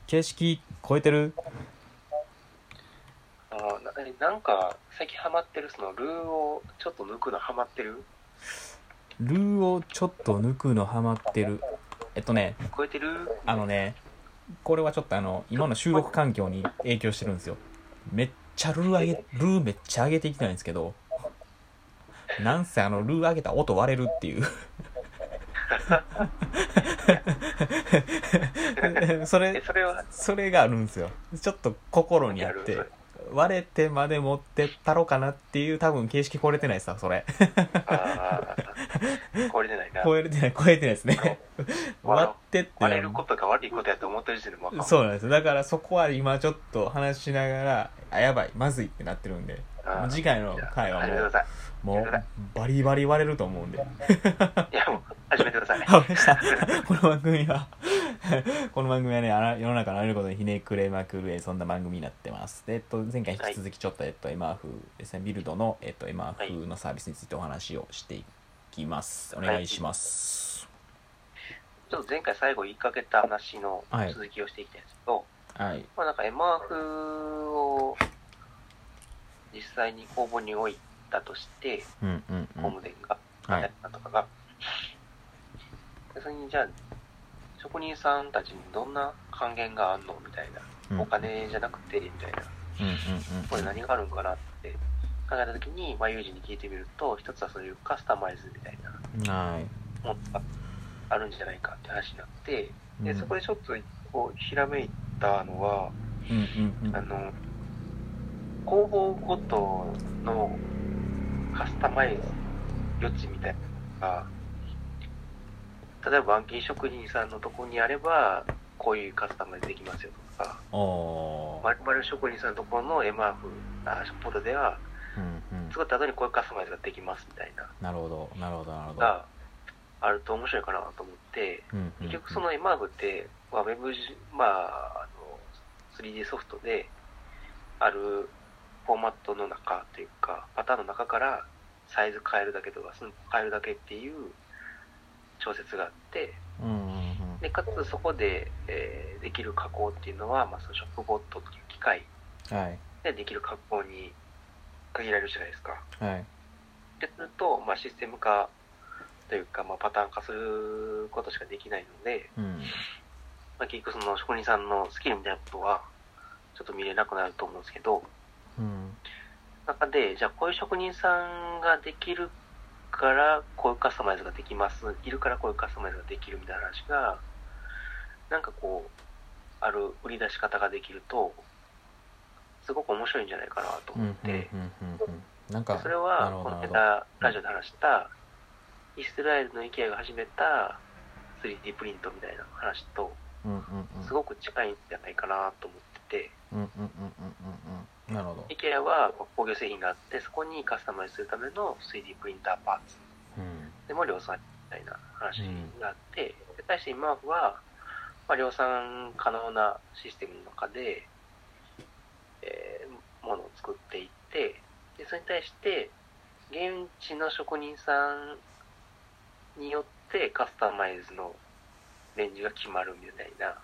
形式超えてる？ なんか最近ハマってるそのルーをちょっと抜くのハマってる？ ルーをちょっと抜くのハマってる。 超えてる？ これはちょっと今の収録環境に影響してるんですよ。めっちゃルーめっちゃ上げていきたいんですけど、なんせルー上げた音割れるっていうそれそれはそれがあるんですよ。ちょっと心にあってやるそれ。 割れてまで持ってったろかなっていう、多分形式超えれてないですわそれ。 あ超えてないな。 超えてないですね。割ってって割れることが悪いことやと思ってる時点でもうあかん。 そうなんです。だからそこは今ちょっと話しながら、やばいまずいってなってるんで、もう次回の回は始めてください。 もうバリバリ割れると思うんで。 いやもう始めてください。 わかりましたこの番組はね、世の中のあらゆることにひねくれまくる、そんな番組になってます。で、前回引き続きちょっと、MRF ですね、ビルドの、MRF のサービスについてお話をしていきます。お願いします。 ちょっと前回最後言いかけた話の続きをしていきたいんですけど、 はい。 なんか MRF を実際に公募に置いたとして、工務店が、とかが、それにじゃあ職人さんたちにどんな還元があんのみたいな、お金じゃなくてみたいな、これ何があるんかなって考えた時に、ユージに聞いてみると、一つはそういうカスタマイズみたいなものがあるんじゃないかって話になって、でそこでちょっとこうひらめいたのは、工房ごとのカスタマイズ余地みたいなのが、例えば板金職人さんのとこにあればこういうカスタマイズできますよとか、○○職人さんのところの MRF ショップでは作った後にこういうカスタマイズができますみたいながあると面白いかなと思って、結局その MRF ってウェブ、3D ソフトであるフォーマットの中というかパターンの中からサイズ変えるだけとか変えるだけっていう調節があって、でかつそこで、できる加工っていうのは、そのショップボットっていう機械でできる加工に限られるじゃないですか。ですると、システム化というか、パターン化することしかできないので、結局その職人さんのスキルみたいなことはちょっと見れなくなると思うんですけど、中でじゃあこういう職人さんができるからこういうカスタマイズができます、いるからこういうカスタマイズができるみたいな話がなんかこうある売り出し方ができるとすごく面白いんじゃないかなと思って、それはこの間ラジオで話したイスラエルの IKEA が始めた 3D プリントみたいな話とすごく近いんじゃないかなと思ってて、 なるほど。 IKEA は工業製品があって、そこにカスタマイズするための 3D プリンターパーツでも量産みたいな話があって、対して今は、量産可能なシステムの中で、ものを作っていって、でそれに対して現地の職人さんによってカスタマイズのレンジが決まるみたいな、だ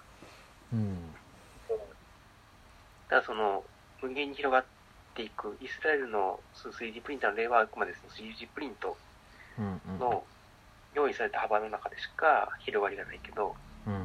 からその無限に広がっていくイスラエルの 3D プリンターの例はあくまでその 3D プリントの用意された幅の中でしか広がりがないけど、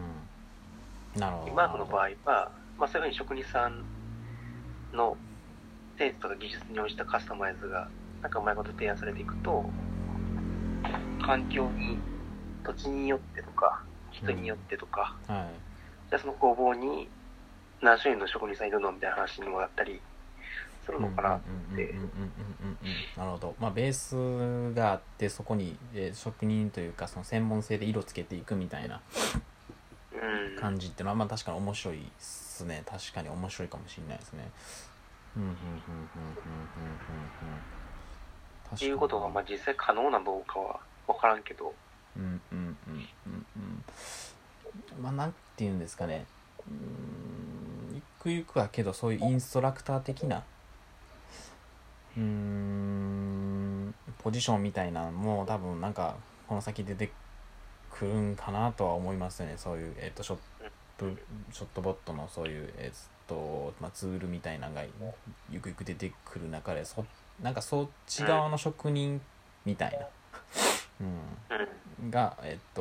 今の場合は、そういうふうに職人さんのセンスとか技術に応じたカスタマイズがなんかうまいこと提案されていくと、環境に土地によってとか人によってとか、じゃあその工房に何種類の職人さんいるのみたいな話にもなったりするのかなって。 なるほど。ベースがあってそこに、職人というかその専門性で色つけていくみたいな感じっていうのは確かに面白いですね。確かに面白いかもしれないですね。 っていうことが実際可能などうかは分からんけど、 なんていうんですかね、ゆくゆくはけどそういうインストラクター的なポジションみたいなのも多分なんかこの先出てくくるんかなとは思いますね。そういう、ショットボットのそういう、ツールみたいなのがゆくゆく出てくる中で、なんかそっち側の職人みたいな、が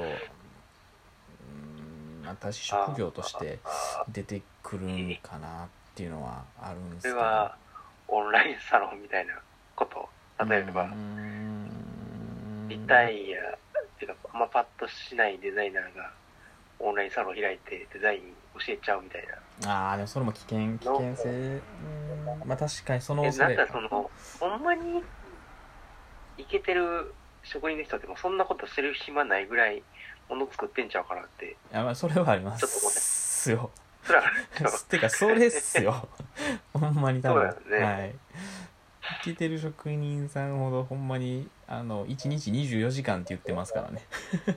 私職業として出てくるんかなっていうのはあるんですけど。 それはオンラインサロンみたいなこと、例えばリタイアっていうかあんまパッとしないデザイナーがオンラインサロン開いてデザイン教えちゃうみたいな。 でもそれも危険性、まあ確かにその恐れ。なんかほんまにイケてる職人の人ってもそんなことしてる暇ないぐらいもの作ってんちゃうかなって。 いや、まあそれはありますよ。 それはてかそれっすよ。ほんまに多分。 そうだよね。 はい。イケてる職人さんほどほんまに1日24時間って言ってますからね。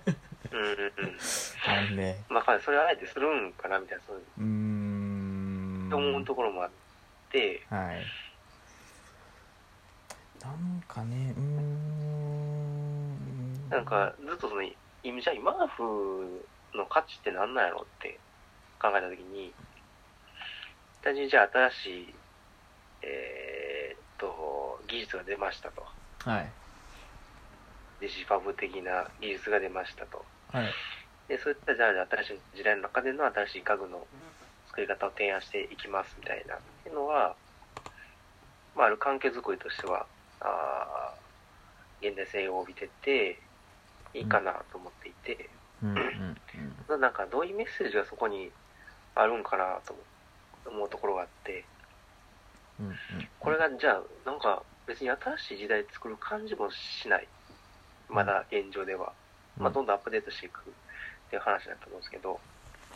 なんで。 まあそれはあえてするんかなみたいな、そう思うところもあって。 はい。なんかね、 なんかずっとじゃあ今風の価値って何なんやろって考えたときに、単純にじゃあ新しい技術が出ましたと。 はい。 デジファブ的な技術が出ましたと。 はい。 で、そういったじゃあ新しい時代の中での新しい家具の作り方を提案していきますみたいなっていうのは、まあ、ある関係づくりとしては現代性を帯びてていいかなと思っていて、なんかどういうメッセージがそこにあるんかなと思うところがあって、これがじゃあなんか別に新しい時代作る感じもしない、まだ現状では、まあ、どんどんアップデートしていくっていう話だと思うんですけど、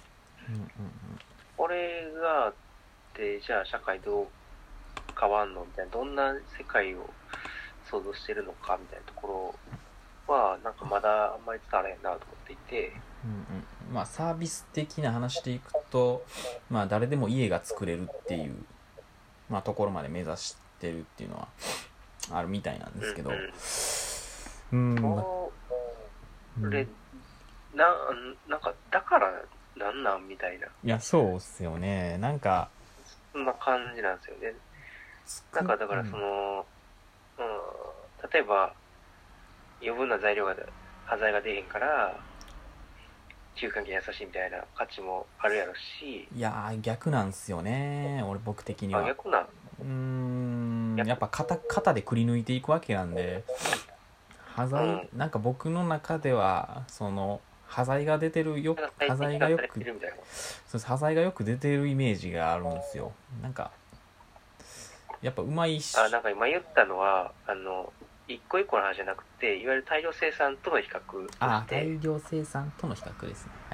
これがあってじゃあ社会どう変わんのみたいな、どんな世界を想像してるのかみたいなところはなんかまだあんまり伝わらないなと思っていて、 まあサービス的な話でいくと、まあ誰でも家が作れるっていう、まあ、ところまで目指してるっていうのはあるみたいなんですけど、 なんかだからなんみたいな。 いや、そうっすよね。なんかそんな感じなんですよね。なんかだから例えば余分な材料が端材が出へんから中間系優しいみたいな価値もあるやろし。 いや逆なんすよね、僕的には。 逆なん。 やっぱ型でくり抜いていくわけなんで、端材、なんか僕の中ではその端材が出てる端材がよく出てるイメージがあるんですよ。なんかやっぱうまいし、 なんか今言ったのは一個一個の話じゃなくて、いわゆる大量生産との比較として。 大量生産との比較ですね。はい。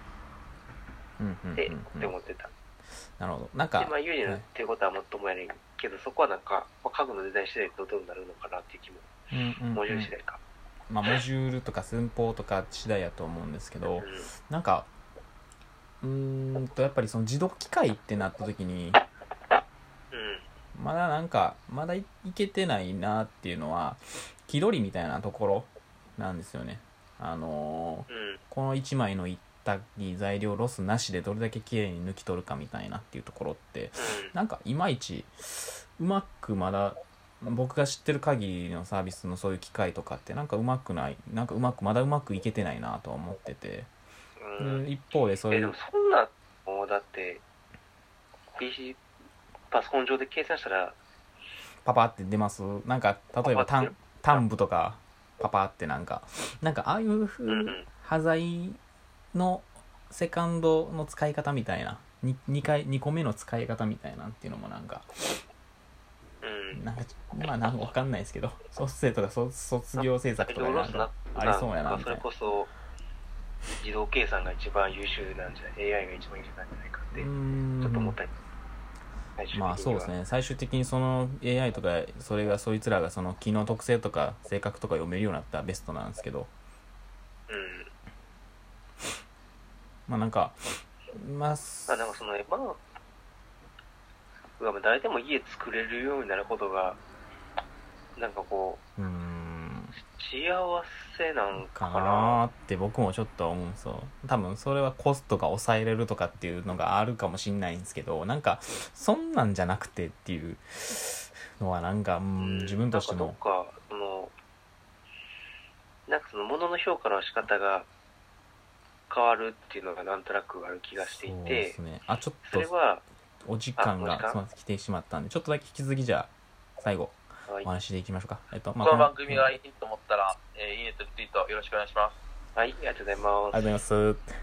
って思ってた。 なるほど。なんか有利なっていうことはもっともやねんけど、そこはなんか、家具のデザイン次第でどうなるのかなっていう気も、モジュール次第か。 まあモジュールとか寸法とか次第やと思うんですけど、なんかやっぱりその自動機械ってなった時に、まだいけてないなっていうのは木取りみたいなところなんですよね。この1枚の板に材料ロスなしでどれだけ綺麗に抜き取るかみたいなっていうところって、なんかいまいちうまくまだ僕が知ってる限りのサービスのそういう機械とかってなんかうまくまだうまくいけてないなとは思ってて、一方でそういうでもそんなもうだって PC パソコン上で計算したらパパって出ます。なんか例えば端部とかパパってなんかああいう端材のセカンドの使い方みたいな 2個目の使い方みたいなっていうのもなんかまあなんかわかんないですけど、卒生とか卒業制作とかなんかありそうやなみたいな。 それこそ自動計算が一番優秀なんじゃない、 AI が一番優秀なんじゃないかってちょっと思ったり。 まあそうですね、最終的にその AI とかそいつらがその機能特性とか性格とか読めるようになったらベストなんですけど、まあなんかなんかその誰でも家作れるようになることがなんかこう幸せなんかかなな。 って僕もちょっと思うんですよ。多分それはコストが抑えれるとかっていうのがあるかもしんないんですけど、なんかそんなんじゃなくてっていうのはなんか、自分としてもなんかどっかなんかその物の評価の仕方が変わるっていうのがなんとなくある気がしていそうでて、 すね。ちょっそれとはお時間が来てしまったんで、ちょっとだけ引き続きじゃあ最後はいお話しでいきましょうか。 この番組がいいと思ったら、いいねとリツイートよろしくお願いします。 はい、ありがとうございます。 ありがとうございます。